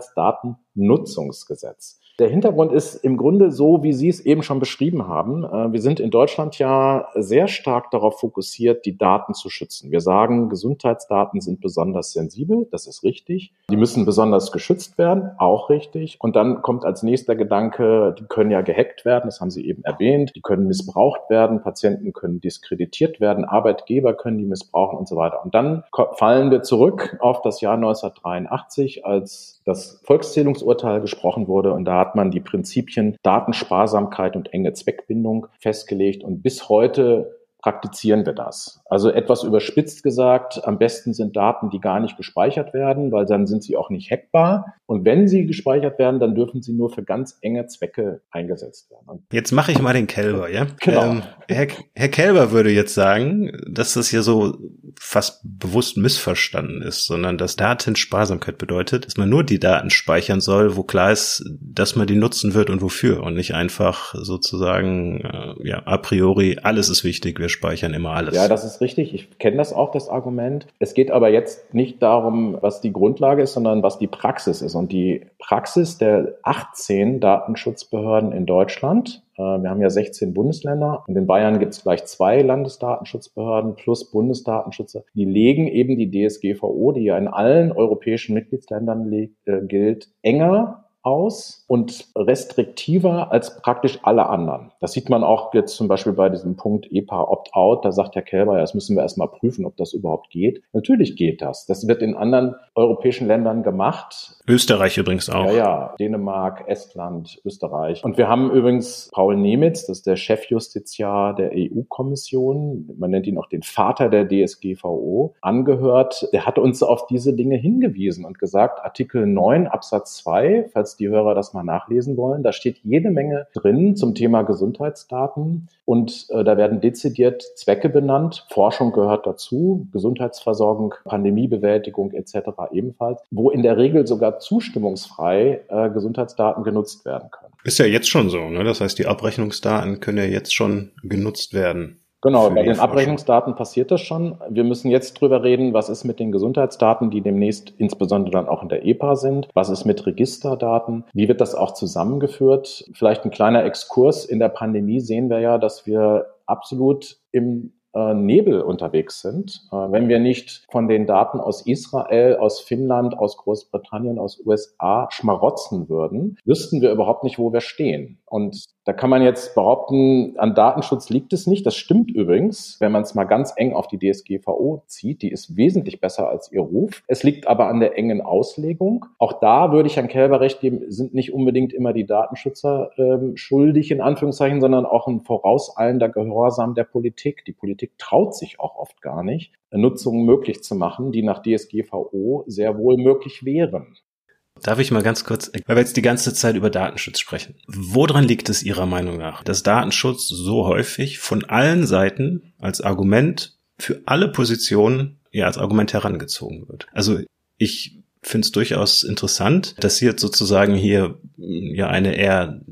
Gesundheitsdatennutzungsgesetz. Der Hintergrund ist im Grunde so, wie Sie es eben schon beschrieben haben. Wir sind in Deutschland ja sehr stark darauf fokussiert, die Daten zu schützen. Wir sagen, Gesundheitsdaten sind besonders sensibel, das ist richtig. Die müssen besonders geschützt werden, auch richtig. Und dann kommt als nächster Gedanke, die können ja gehackt werden, das haben Sie eben erwähnt. Die können missbraucht werden, Patienten können diskreditiert werden, Arbeitgeber können die missbrauchen und so weiter. Und dann fallen wir zurück auf das Jahr neunzehnhundertdreiundachtzig, als das Volkszählungsurteil gesprochen wurde und da hat man die Prinzipien Datensparsamkeit und enge Zweckbindung festgelegt und bis heute praktizieren wir das. Also etwas überspitzt gesagt, am besten sind Daten, die gar nicht gespeichert werden, weil dann sind sie auch nicht hackbar. Und wenn sie gespeichert werden, dann dürfen sie nur für ganz enge Zwecke eingesetzt werden. Und jetzt mache ich mal den Kälber, ja? Genau. Ähm, Herr, Herr Kälber würde jetzt sagen, dass das hier so fast bewusst missverstanden ist, sondern dass Datensparsamkeit bedeutet, dass man nur die Daten speichern soll, wo klar ist, dass man die nutzen wird und wofür und nicht einfach sozusagen äh, ja a priori alles ist wichtig, wir speichern immer alles. Ja, das ist richtig. Ich kenne das auch, das Argument. Es geht aber jetzt nicht darum, was die Grundlage ist, sondern was die Praxis ist. Und die Praxis der achtzehn Datenschutzbehörden in Deutschland, äh, wir haben ja sechzehn Bundesländer und in Bayern gibt es gleich zwei Landesdatenschutzbehörden plus Bundesdatenschützer, die legen eben die D S G V O, die ja in allen europäischen Mitgliedsländern le- äh, gilt, enger aus und restriktiver als praktisch alle anderen. Das sieht man auch jetzt zum Beispiel bei diesem Punkt E P A Opt-out. Da sagt Herr Kälber, ja, das müssen wir erstmal prüfen, ob das überhaupt geht. Natürlich geht das. Das wird in anderen europäischen Ländern gemacht. Österreich übrigens auch. Ja, ja, Dänemark, Estland, Österreich. Und wir haben übrigens Paul Nemitz, das ist der Chefjustiziar der E U-Kommission, man nennt ihn auch den Vater der D S G V O, angehört. Der hat uns auf diese Dinge hingewiesen und gesagt, Artikel neun Absatz zwei, falls die Hörer das mal nachlesen wollen, da steht jede Menge drin zum Thema Gesundheitsdaten und äh, da werden dezidiert Zwecke benannt. Forschung gehört dazu, Gesundheitsversorgung, Pandemiebewältigung et cetera ebenfalls, wo in der Regel sogar zustimmungsfrei äh, Gesundheitsdaten genutzt werden können. Ist ja jetzt schon so, ne? Das heißt, die Abrechnungsdaten können ja jetzt schon genutzt werden. Genau, bei den Abrechnungsdaten passiert das schon. Wir müssen jetzt drüber reden, was ist mit den Gesundheitsdaten, die demnächst insbesondere dann auch in der E P A sind. Was ist mit Registerdaten? Wie wird das auch zusammengeführt? Vielleicht ein kleiner Exkurs. In der Pandemie sehen wir ja, dass wir absolut im Nebel unterwegs sind. Wenn wir nicht von den Daten aus Israel, aus Finnland, aus Großbritannien, aus U S A schmarotzen würden, wüssten wir überhaupt nicht, wo wir stehen. Und da kann man jetzt behaupten, an Datenschutz liegt es nicht. Das stimmt übrigens, wenn man es mal ganz eng auf die D S G V O zieht. Die ist wesentlich besser als ihr Ruf. Es liegt aber an der engen Auslegung. Auch da würde ich Herrn Kälber recht geben, sind nicht unbedingt immer die Datenschützer ähm, schuldig, in Anführungszeichen, sondern auch ein vorauseilender Gehorsam der Politik. Die Politik traut sich auch oft gar nicht, Nutzungen möglich zu machen, die nach D S G V O sehr wohl möglich wären. Darf ich mal ganz kurz, weil wir jetzt die ganze Zeit über Datenschutz sprechen. Woran liegt es Ihrer Meinung nach, dass Datenschutz so häufig von allen Seiten als Argument für alle Positionen ja als Argument herangezogen wird? Also ich finde es durchaus interessant, dass Sie jetzt sozusagen hier ja eine eher ja,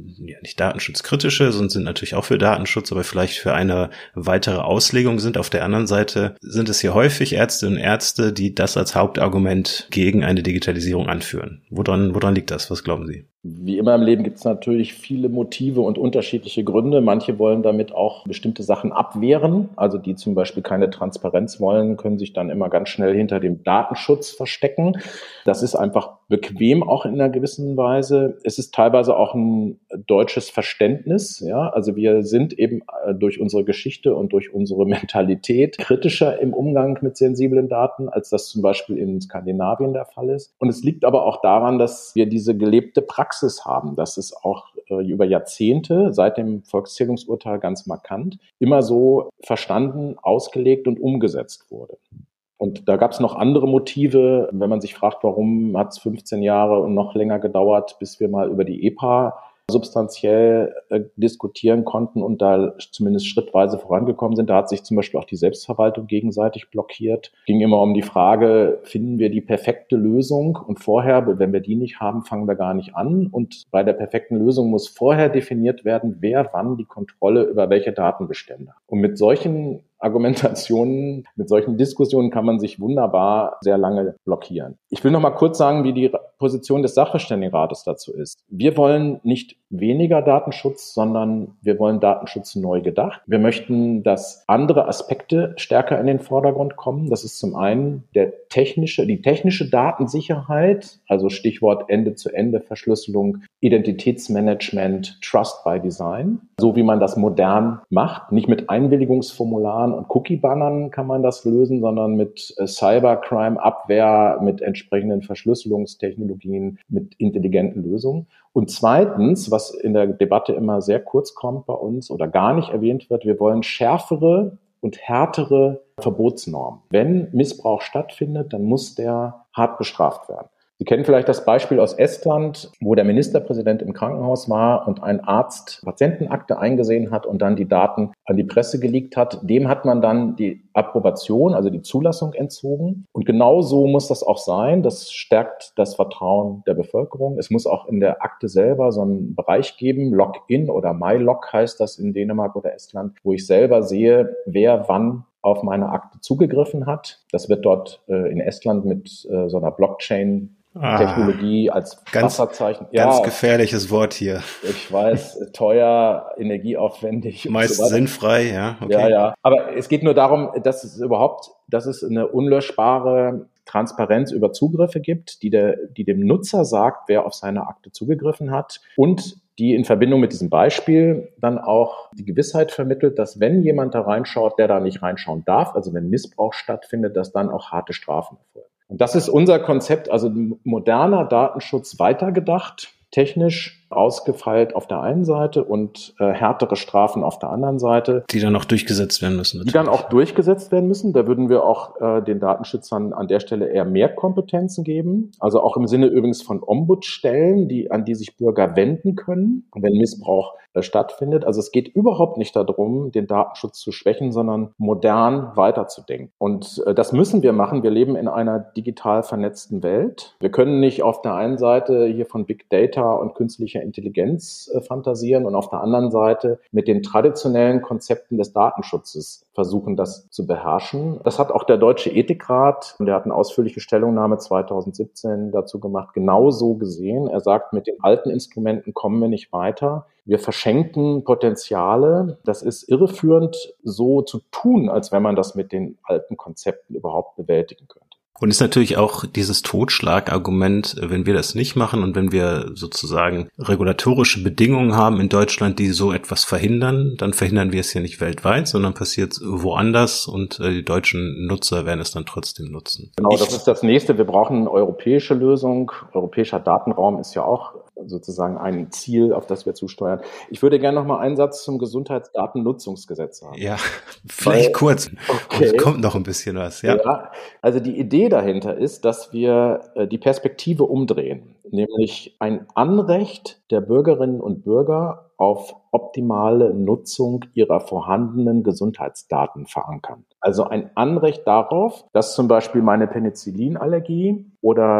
nicht datenschutzkritische, sondern sind natürlich auch für Datenschutz, aber vielleicht für eine weitere Auslegung sind. Auf der anderen Seite sind es hier häufig Ärztinnen und Ärzte, die das als Hauptargument gegen eine Digitalisierung anführen. Woran, woran liegt das? Was glauben Sie? Wie immer im Leben gibt es natürlich viele Motive und unterschiedliche Gründe. Manche wollen damit auch bestimmte Sachen abwehren. Also die zum Beispiel keine Transparenz wollen, können sich dann immer ganz schnell hinter dem Datenschutz verstecken. Das ist einfach bequem auch in einer gewissen Weise. Es ist teilweise auch ein deutsches Verständnis. Ja, also wir sind eben durch unsere Geschichte und durch unsere Mentalität kritischer im Umgang mit sensiblen Daten, als das zum Beispiel in Skandinavien der Fall ist. Und es liegt aber auch daran, dass wir diese gelebte Praxis haben. Das ist auch äh, über Jahrzehnte, seit dem Volkszählungsurteil ganz markant, immer so verstanden, ausgelegt und umgesetzt wurde. Und da gab es noch andere Motive, wenn man sich fragt, warum hat es fünfzehn Jahre und noch länger gedauert, bis wir mal über die E P A substanziell äh, diskutieren konnten und da zumindest schrittweise vorangekommen sind. Da hat sich zum Beispiel auch die Selbstverwaltung gegenseitig blockiert. Ging immer um die Frage, finden wir die perfekte Lösung? Und vorher, wenn wir die nicht haben, fangen wir gar nicht an. Und bei der perfekten Lösung muss vorher definiert werden, wer wann die Kontrolle über welche Datenbestände hat. Und mit solchen Argumentationen, mit solchen Diskussionen kann man sich wunderbar sehr lange blockieren. Ich will noch mal kurz sagen, wie die Position des Sachverständigenrates dazu ist. Wir wollen nicht weniger Datenschutz, sondern wir wollen Datenschutz neu gedacht. Wir möchten, dass andere Aspekte stärker in den Vordergrund kommen. Das ist zum einen der technische, die technische Datensicherheit, also Stichwort Ende-zu-Ende-Verschlüsselung, Identitätsmanagement, Trust by Design, so wie man das modern macht. Nicht mit Einwilligungsformularen und Cookie-Bannern kann man das lösen, sondern mit äh, Cybercrime-Abwehr, mit entsprechenden Verschlüsselungstechnologien, mit intelligenten Lösungen. Und zweitens, was in der Debatte immer sehr kurz kommt bei uns oder gar nicht erwähnt wird, wir wollen schärfere und härtere Verbotsnormen. Wenn Missbrauch stattfindet, dann muss der hart bestraft werden. Sie kennen vielleicht das Beispiel aus Estland, wo der Ministerpräsident im Krankenhaus war und ein Arzt Patientenakte eingesehen hat und dann die Daten an die Presse geleakt hat. Dem hat man dann die Approbation, also die Zulassung entzogen. Und genau so muss das auch sein. Das stärkt das Vertrauen der Bevölkerung. Es muss auch in der Akte selber so einen Bereich geben, Login oder MyLog heißt das in Dänemark oder Estland, wo ich selber sehe, wer wann auf meine Akte zugegriffen hat. Das wird dort äh, in Estland mit äh, so einer Blockchain Technologie ah, als ganz, Wasserzeichen. Ganz ja, gefährliches Wort hier. Ich weiß, teuer, energieaufwendig. Meist so sinnfrei, ja. Okay. Ja, ja. Aber es geht nur darum, dass es überhaupt, dass es eine unlöschbare Transparenz über Zugriffe gibt, die der, die dem Nutzer sagt, wer auf seine Akte zugegriffen hat und die in Verbindung mit diesem Beispiel dann auch die Gewissheit vermittelt, dass wenn jemand da reinschaut, der da nicht reinschauen darf, also wenn Missbrauch stattfindet, dass dann auch harte Strafen erfolgen. Und das ist unser Konzept, also moderner Datenschutz weitergedacht, technisch ausgefeilt auf der einen Seite und äh, härtere Strafen auf der anderen Seite. Die dann auch durchgesetzt werden müssen. Natürlich. Die dann auch durchgesetzt werden müssen. Da würden wir auch äh, den Datenschützern an der Stelle eher mehr Kompetenzen geben. Also auch im Sinne übrigens von Ombudsstellen, die, an die sich Bürger wenden können, wenn Missbrauch äh, stattfindet. Also es geht überhaupt nicht darum, den Datenschutz zu schwächen, sondern modern weiterzudenken. Und äh, das müssen wir machen. Wir leben in einer digital vernetzten Welt. Wir können nicht auf der einen Seite hier von Big Data und künstlicher Intelligenz äh, fantasieren und auf der anderen Seite mit den traditionellen Konzepten des Datenschutzes versuchen, das zu beherrschen. Das hat auch der Deutsche Ethikrat, der hat eine ausführliche Stellungnahme zweitausendsiebzehn dazu gemacht, genauso gesehen. Er sagt, mit den alten Instrumenten kommen wir nicht weiter. Wir verschenken Potenziale. Das ist irreführend, so zu tun, als wenn man das mit den alten Konzepten überhaupt bewältigen könnte. Und ist natürlich auch dieses Totschlagargument, wenn wir das nicht machen und wenn wir sozusagen regulatorische Bedingungen haben in Deutschland, die so etwas verhindern, dann verhindern wir es hier nicht weltweit, sondern passiert woanders und die deutschen Nutzer werden es dann trotzdem nutzen. Genau, das ist das Nächste. Wir brauchen eine europäische Lösung. Europäischer Datenraum ist ja auch sozusagen ein Ziel, auf das wir zusteuern. Ich würde gerne noch mal einen Satz zum Gesundheitsdatennutzungsgesetz sagen. Ja, vielleicht Weil, kurz. Okay. Es kommt noch ein bisschen was. Ja. ja, also die Idee dahinter ist, dass wir äh, die Perspektive umdrehen, nämlich ein Anrecht der Bürgerinnen und Bürger auf optimale Nutzung ihrer vorhandenen Gesundheitsdaten verankern. Also ein Anrecht darauf, dass zum Beispiel meine Penicillinallergie oder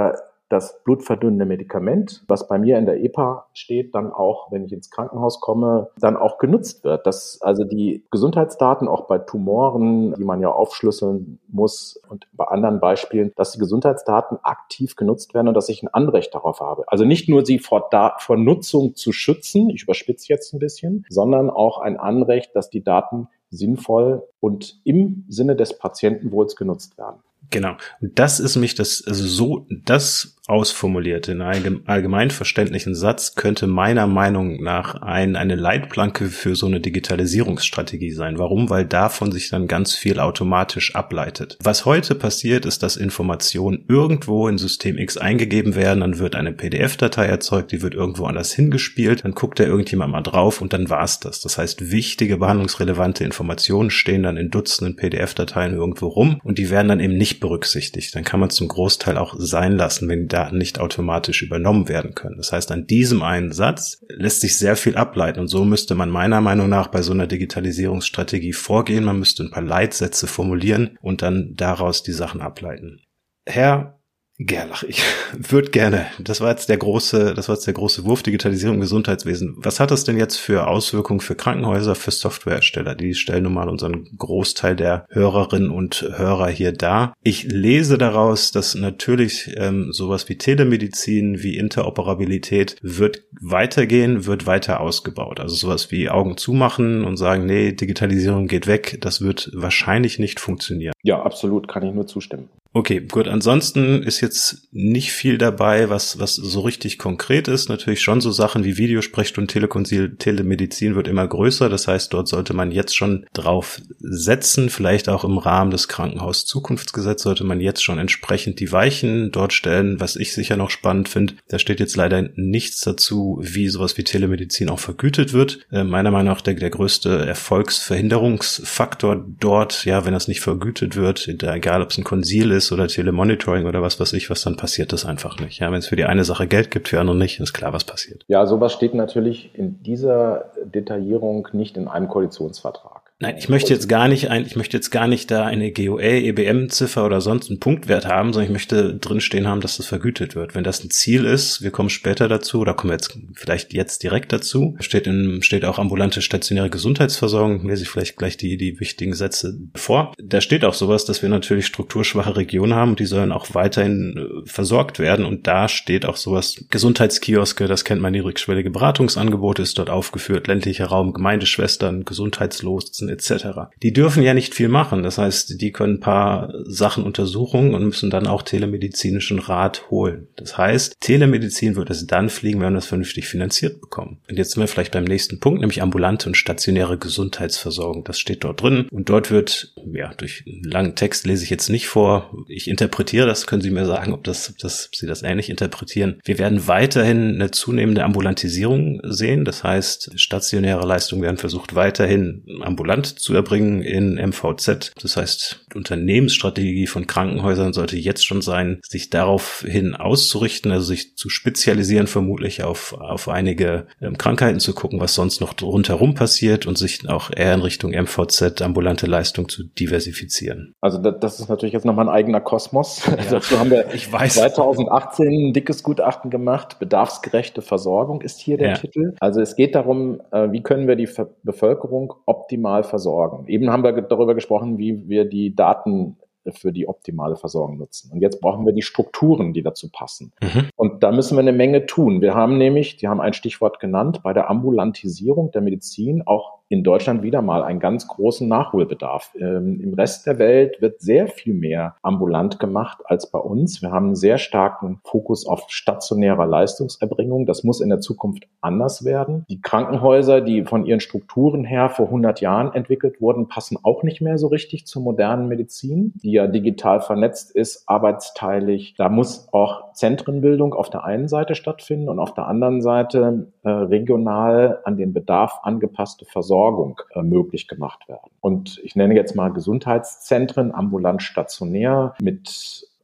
das blutverdünnende Medikament, was bei mir in der E P A steht, dann auch, wenn ich ins Krankenhaus komme, dann auch genutzt wird. Dass also die Gesundheitsdaten auch bei Tumoren, die man ja aufschlüsseln muss und bei anderen Beispielen, dass die Gesundheitsdaten aktiv genutzt werden und dass ich ein Anrecht darauf habe. Also nicht nur sie vor, Da- vor Nutzung zu schützen, ich überspitze jetzt ein bisschen, sondern auch ein Anrecht, dass die Daten sinnvoll und im Sinne des Patientenwohls genutzt werden. Genau. Und das ist mich das, also so, das ausformuliert in einem allgemein verständlichen Satz könnte meiner Meinung nach ein, eine Leitplanke für so eine Digitalisierungsstrategie sein. Warum? Weil davon sich dann ganz viel automatisch ableitet. Was heute passiert, ist, dass Informationen irgendwo in System X eingegeben werden, dann wird eine P D F-Datei erzeugt, die wird irgendwo anders hingespielt, dann guckt da irgendjemand mal drauf und dann war's das. Das heißt, wichtige, behandlungsrelevante Informationen stehen dann in Dutzenden P D F-Dateien irgendwo rum und die werden dann eben nicht berücksichtigt. Dann kann man zum Großteil auch sein lassen, wenn die Daten nicht automatisch übernommen werden können. Das heißt, an diesem einen Satz lässt sich sehr viel ableiten und so müsste man meiner Meinung nach bei so einer Digitalisierungsstrategie vorgehen. Man müsste ein paar Leitsätze formulieren und dann daraus die Sachen ableiten. Herr Gerlach, ich würde gerne, das war jetzt der große, das war jetzt der große Wurf, Digitalisierung im Gesundheitswesen. Was hat das denn jetzt für Auswirkungen für Krankenhäuser, für Softwarehersteller? Die stellen nun mal unseren Großteil der Hörerinnen und Hörer hier dar. Ich lese daraus, dass natürlich ähm, sowas wie Telemedizin, wie Interoperabilität wird weitergehen, wird weiter ausgebaut. Also sowas wie Augen zumachen und sagen, nee, Digitalisierung geht weg, das wird wahrscheinlich nicht funktionieren. Ja, absolut, kann ich nur zustimmen. Okay, gut. Ansonsten ist jetzt nicht viel dabei, was was so richtig konkret ist. Natürlich schon so Sachen wie Videosprechstunden, Telekonsil, Telemedizin wird immer größer. Das heißt, dort sollte man jetzt schon drauf setzen. Vielleicht auch im Rahmen des Krankenhaus-Zukunftsgesetzes sollte man jetzt schon entsprechend die Weichen dort stellen. Was ich sicher noch spannend finde, da steht jetzt leider nichts dazu, wie sowas wie Telemedizin auch vergütet wird. Äh, meiner Meinung nach der, der größte Erfolgsverhinderungsfaktor dort, ja, wenn das nicht vergütet wird, egal ob es ein Konsil ist oder Telemonitoring oder was weiß ich, was dann passiert das einfach nicht. Ja, wenn es für die eine Sache Geld gibt, für andere nicht, ist klar, was passiert. Ja, sowas steht natürlich in dieser Detaillierung nicht in einem Koalitionsvertrag. Nein, ich möchte jetzt gar nicht ein, ich möchte jetzt gar nicht da eine G O L, E B M-Ziffer oder sonst einen Punktwert haben, sondern ich möchte drinstehen haben, dass das vergütet wird. Wenn das ein Ziel ist, wir kommen später dazu, oder kommen wir jetzt vielleicht jetzt direkt dazu, steht in, steht auch ambulante stationäre Gesundheitsversorgung, lese ich vielleicht gleich die, die wichtigen Sätze vor. Da steht auch sowas, dass wir natürlich strukturschwache Regionen haben und die sollen auch weiterhin äh, versorgt werden und da steht auch sowas, Gesundheitskioske, das kennt man, niedrigschwellige Beratungsangebote ist dort aufgeführt, ländlicher Raum, Gemeindeschwestern, Gesundheitslotsen et cetera. Die dürfen ja nicht viel machen. Das heißt, die können ein paar Sachen untersuchen und müssen dann auch telemedizinischen Rat holen. Das heißt, Telemedizin wird es dann fliegen, wenn wir das vernünftig finanziert bekommen. Und jetzt sind wir vielleicht beim nächsten Punkt, nämlich ambulante und stationäre Gesundheitsversorgung. Das steht dort drin. Und dort wird, ja, durch einen langen Text lese ich jetzt nicht vor. Ich interpretiere das, können Sie mir sagen, ob das, ob das, ob Sie das ähnlich interpretieren. Wir werden weiterhin eine zunehmende Ambulantisierung sehen. Das heißt, stationäre Leistungen werden versucht, weiterhin ambulant zu erbringen in M V Z. Das heißt, die Unternehmensstrategie von Krankenhäusern sollte jetzt schon sein, sich daraufhin auszurichten, also sich zu spezialisieren, vermutlich auf auf einige ähm, Krankheiten zu gucken, was sonst noch rundherum passiert und sich auch eher in Richtung M V Z, ambulante Leistung zu diversifizieren. Also das, das ist natürlich jetzt nochmal ein eigener Kosmos. Ja, dazu haben wir ich weiß. zwanzig achtzehn ein dickes Gutachten gemacht. Bedarfsgerechte Versorgung ist hier der Ja. Titel. Also es geht darum, äh, wie können wir die Ver- Bevölkerung optimal versorgen. Eben haben wir ge- darüber gesprochen, wie wir die Daten für die optimale Versorgung nutzen. Und jetzt brauchen wir die Strukturen, die dazu passen. Mhm. Und da müssen wir eine Menge tun. Wir haben nämlich, die haben ein Stichwort genannt, bei der Ambulantisierung der Medizin auch in Deutschland wieder mal einen ganz großen Nachholbedarf. Ähm, im Rest der Welt wird sehr viel mehr ambulant gemacht als bei uns. Wir haben einen sehr starken Fokus auf stationärer Leistungserbringung. Das muss in der Zukunft anders werden. Die Krankenhäuser, die von ihren Strukturen her vor hundert Jahren entwickelt wurden, passen auch nicht mehr so richtig zur modernen Medizin, die ja digital vernetzt ist, arbeitsteilig. Da muss auch Zentrenbildung auf der einen Seite stattfinden und auf der anderen Seite äh, regional an den Bedarf angepasste Versorgung äh, möglich gemacht werden. Und ich nenne jetzt mal Gesundheitszentren, ambulant stationär, mit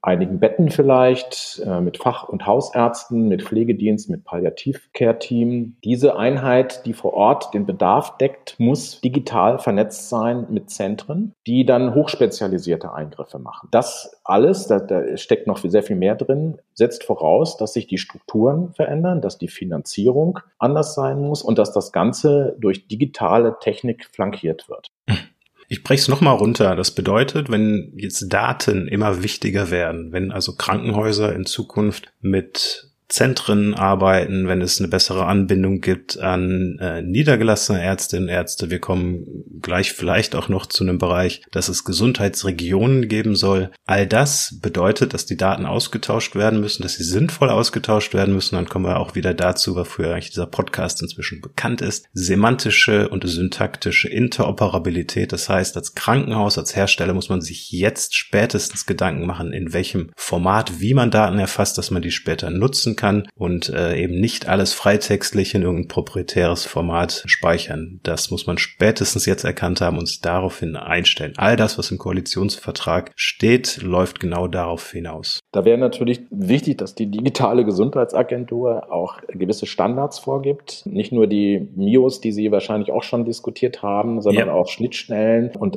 einigen Betten vielleicht, äh, mit Fach- und Hausärzten, mit Pflegedienst, mit Palliativ-Care-Team. Diese Einheit, die vor Ort den Bedarf deckt, muss digital vernetzt sein mit Zentren, die dann hochspezialisierte Eingriffe machen. Das alles, da, da steckt noch sehr viel mehr drin, setzt voraus, dass sich die Strukturen verändern, dass die Finanzierung anders sein muss und dass das Ganze durch digitale Technik flankiert wird. Ich breche es nochmal runter. Das bedeutet, wenn jetzt Daten immer wichtiger werden, wenn also Krankenhäuser in Zukunft mit Zentren arbeiten, wenn es eine bessere Anbindung gibt an äh, niedergelassene Ärztinnen und Ärzte. Wir kommen gleich vielleicht auch noch zu einem Bereich, dass es Gesundheitsregionen geben soll. All das bedeutet, dass die Daten ausgetauscht werden müssen, dass sie sinnvoll ausgetauscht werden müssen. Dann kommen wir auch wieder dazu, wofür eigentlich dieser Podcast inzwischen bekannt ist. Semantische und syntaktische Interoperabilität. Das heißt, als Krankenhaus, als Hersteller muss man sich jetzt spätestens Gedanken machen, in welchem Format, wie man Daten erfasst, dass man die später nutzen kann. kann und äh, eben nicht alles freitextlich in irgendein proprietäres Format speichern. Das muss man spätestens jetzt erkannt haben und sich daraufhin einstellen. All das, was im Koalitionsvertrag steht, läuft genau darauf hinaus. Da wäre natürlich wichtig, dass die digitale Gesundheitsagentur auch gewisse Standards vorgibt. Nicht nur die M I O S, die Sie wahrscheinlich auch schon diskutiert haben, sondern ja. auch Schnittstellen und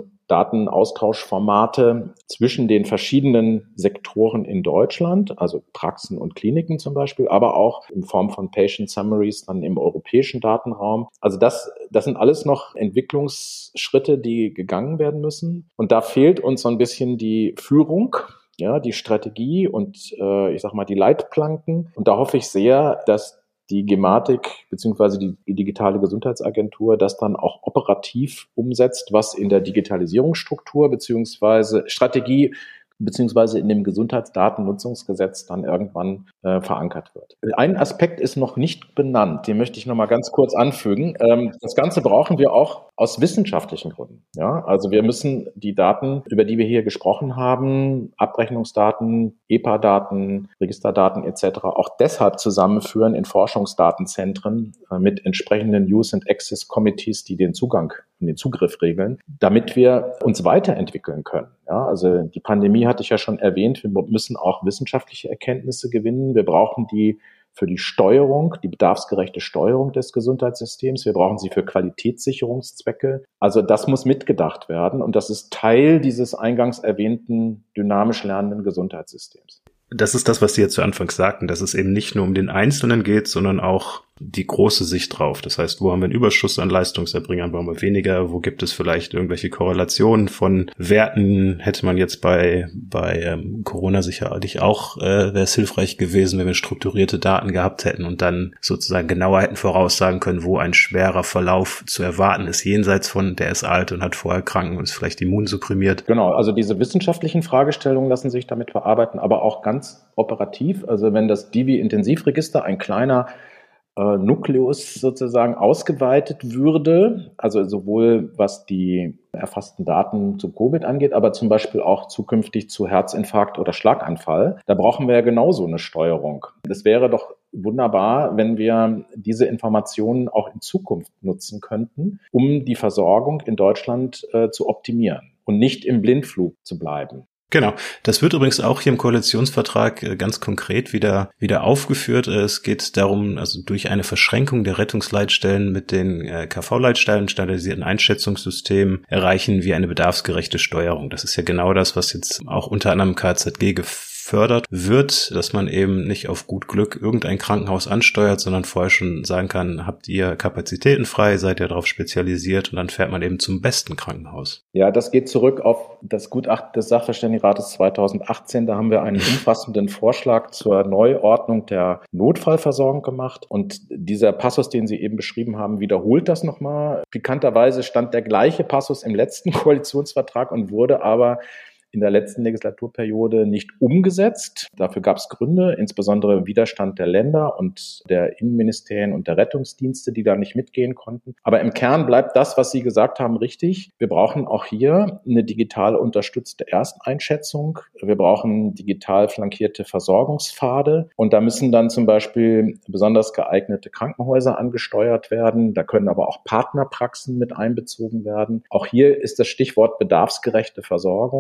Datenaustauschformate zwischen den verschiedenen Sektoren in Deutschland, also Praxen und Kliniken zum Beispiel, aber auch in Form von Patient Summaries dann im europäischen Datenraum. Also das, das sind alles noch Entwicklungsschritte, die gegangen werden müssen. Und da fehlt uns so ein bisschen die Führung, ja, die Strategie und äh, ich sag mal die Leitplanken. Und da hoffe ich sehr, dass die Gematik bzw. die digitale Gesundheitsagentur das dann auch operativ umsetzt, was in der Digitalisierungsstruktur bzw. Strategie beziehungsweise in dem Gesundheitsdatennutzungsgesetz dann irgendwann äh, verankert wird. Ein Aspekt ist noch nicht benannt, den möchte ich noch mal ganz kurz anfügen. Ähm, das Ganze brauchen wir auch aus wissenschaftlichen Gründen. Ja, also wir müssen die Daten, über die wir hier gesprochen haben, Abrechnungsdaten, E P A-Daten, Registerdaten et cetera, auch deshalb zusammenführen in Forschungsdatenzentren äh, mit entsprechenden Use and Access Committees, die den Zugang und den Zugriff regeln, damit wir uns weiterentwickeln können. Ja, also die Pandemie hatte ich ja schon erwähnt. Wir müssen auch wissenschaftliche Erkenntnisse gewinnen. Wir brauchen die für die Steuerung, die bedarfsgerechte Steuerung des Gesundheitssystems. Wir brauchen sie für Qualitätssicherungszwecke. Also das muss mitgedacht werden und das ist Teil dieses eingangs erwähnten dynamisch lernenden Gesundheitssystems. Das ist das, was Sie jetzt zu Anfang sagten, dass es eben nicht nur um den Einzelnen geht, sondern auch die große Sicht drauf. Das heißt, wo haben wir einen Überschuss an Leistungserbringern, wo haben wir weniger, wo gibt es vielleicht irgendwelche Korrelationen von Werten, hätte man jetzt bei bei ähm, Corona sicherlich auch, äh, wäre es hilfreich gewesen, wenn wir strukturierte Daten gehabt hätten und dann sozusagen genauer hätten voraussagen können, wo ein schwerer Verlauf zu erwarten ist, jenseits von, der ist alt und hat vorher kranken und ist vielleicht immunsupprimiert. Genau, also diese wissenschaftlichen Fragestellungen lassen sich damit verarbeiten, aber auch ganz operativ. Also wenn das Divi-Intensivregister ein kleiner Äh, Nukleus sozusagen ausgeweitet würde, also sowohl was die erfassten Daten zu Covid angeht, aber zum Beispiel auch zukünftig zu Herzinfarkt oder Schlaganfall, da brauchen wir ja genauso eine Steuerung. Das wäre doch wunderbar, wenn wir diese Informationen auch in Zukunft nutzen könnten, um die Versorgung in Deutschland äh, zu optimieren und nicht im Blindflug zu bleiben. Genau. Das wird übrigens auch hier im Koalitionsvertrag ganz konkret wieder, wieder aufgeführt. Es geht darum, also durch eine Verschränkung der Rettungsleitstellen mit den K V-Leitstellen, standardisierten Einschätzungssystemen, erreichen wir eine bedarfsgerechte Steuerung. Das ist ja genau das, was jetzt auch unter anderem im K Z G gefördert wird, dass man eben nicht auf gut Glück irgendein Krankenhaus ansteuert, sondern vorher schon sagen kann, habt ihr Kapazitäten frei, seid ihr darauf spezialisiert und dann fährt man eben zum besten Krankenhaus. Ja, das geht zurück auf das Gutachten des Sachverständigenrates zweitausendachtzehn. Da haben wir einen umfassenden Vorschlag zur Neuordnung der Notfallversorgung gemacht und dieser Passus, den Sie eben beschrieben haben, wiederholt das nochmal. Pikanterweise stand der gleiche Passus im letzten Koalitionsvertrag und wurde aber in der letzten Legislaturperiode nicht umgesetzt. Dafür gab es Gründe, insbesondere Widerstand der Länder und der Innenministerien und der Rettungsdienste, die da nicht mitgehen konnten. Aber im Kern bleibt das, was Sie gesagt haben, richtig. Wir brauchen auch hier eine digital unterstützte Ersteinschätzung. Wir brauchen digital flankierte Versorgungspfade. Und da müssen dann zum Beispiel besonders geeignete Krankenhäuser angesteuert werden. Da können aber auch Partnerpraxen mit einbezogen werden. Auch hier ist das Stichwort bedarfsgerechte Versorgung. Die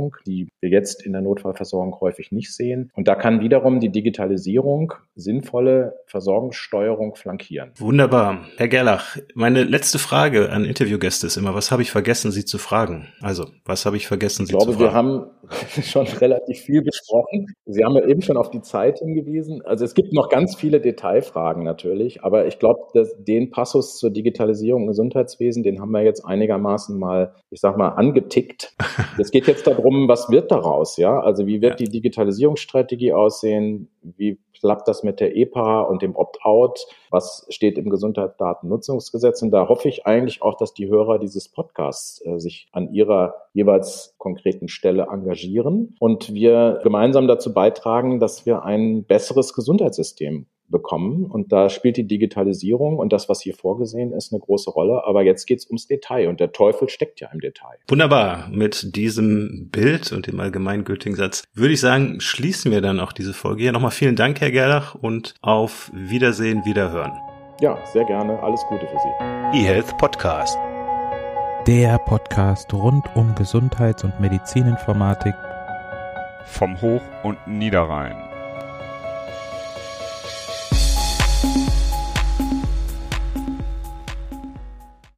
die wir jetzt in der Notfallversorgung häufig nicht sehen. Und da kann wiederum die Digitalisierung sinnvolle Versorgungssteuerung flankieren. Wunderbar. Herr Gerlach, meine letzte Frage an Interviewgäste ist immer, was habe ich vergessen, Sie zu fragen? Also, was habe ich vergessen, Sie ich glaube, zu fragen? Wir haben schon relativ viel besprochen. Sie haben ja eben schon auf die Zeit hingewiesen. Also es gibt noch ganz viele Detailfragen natürlich, aber ich glaube, dass den Passus zur Digitalisierung im Gesundheitswesen, den haben wir jetzt einigermaßen mal, ich sag mal, angetickt. Es geht jetzt darum, was wird daraus, ja? Also wie wird ja. die Digitalisierungsstrategie aussehen? Wie klappt das mit der E P A und dem Opt-out? Was steht im Gesundheitsdatennutzungsgesetz? Und da hoffe ich eigentlich auch, dass die Hörer dieses Podcasts äh, sich an ihrer jeweils konkreten Stelle engagieren und wir gemeinsam dazu beitragen, dass wir ein besseres Gesundheitssystem bekommen. Und da spielt die Digitalisierung und das, was hier vorgesehen ist, eine große Rolle. Aber jetzt geht's ums Detail und der Teufel steckt ja im Detail. Wunderbar. Mit diesem Bild und dem allgemeingültigen Satz würde ich sagen, schließen wir dann auch diese Folge hier. Nochmal vielen Dank, Herr Gerlach, und auf Wiedersehen, Wiederhören. Ja, sehr gerne. Alles Gute für Sie. eHealth Podcast. Der Podcast rund um Gesundheits- und Medizininformatik vom Hoch- und Niederrhein.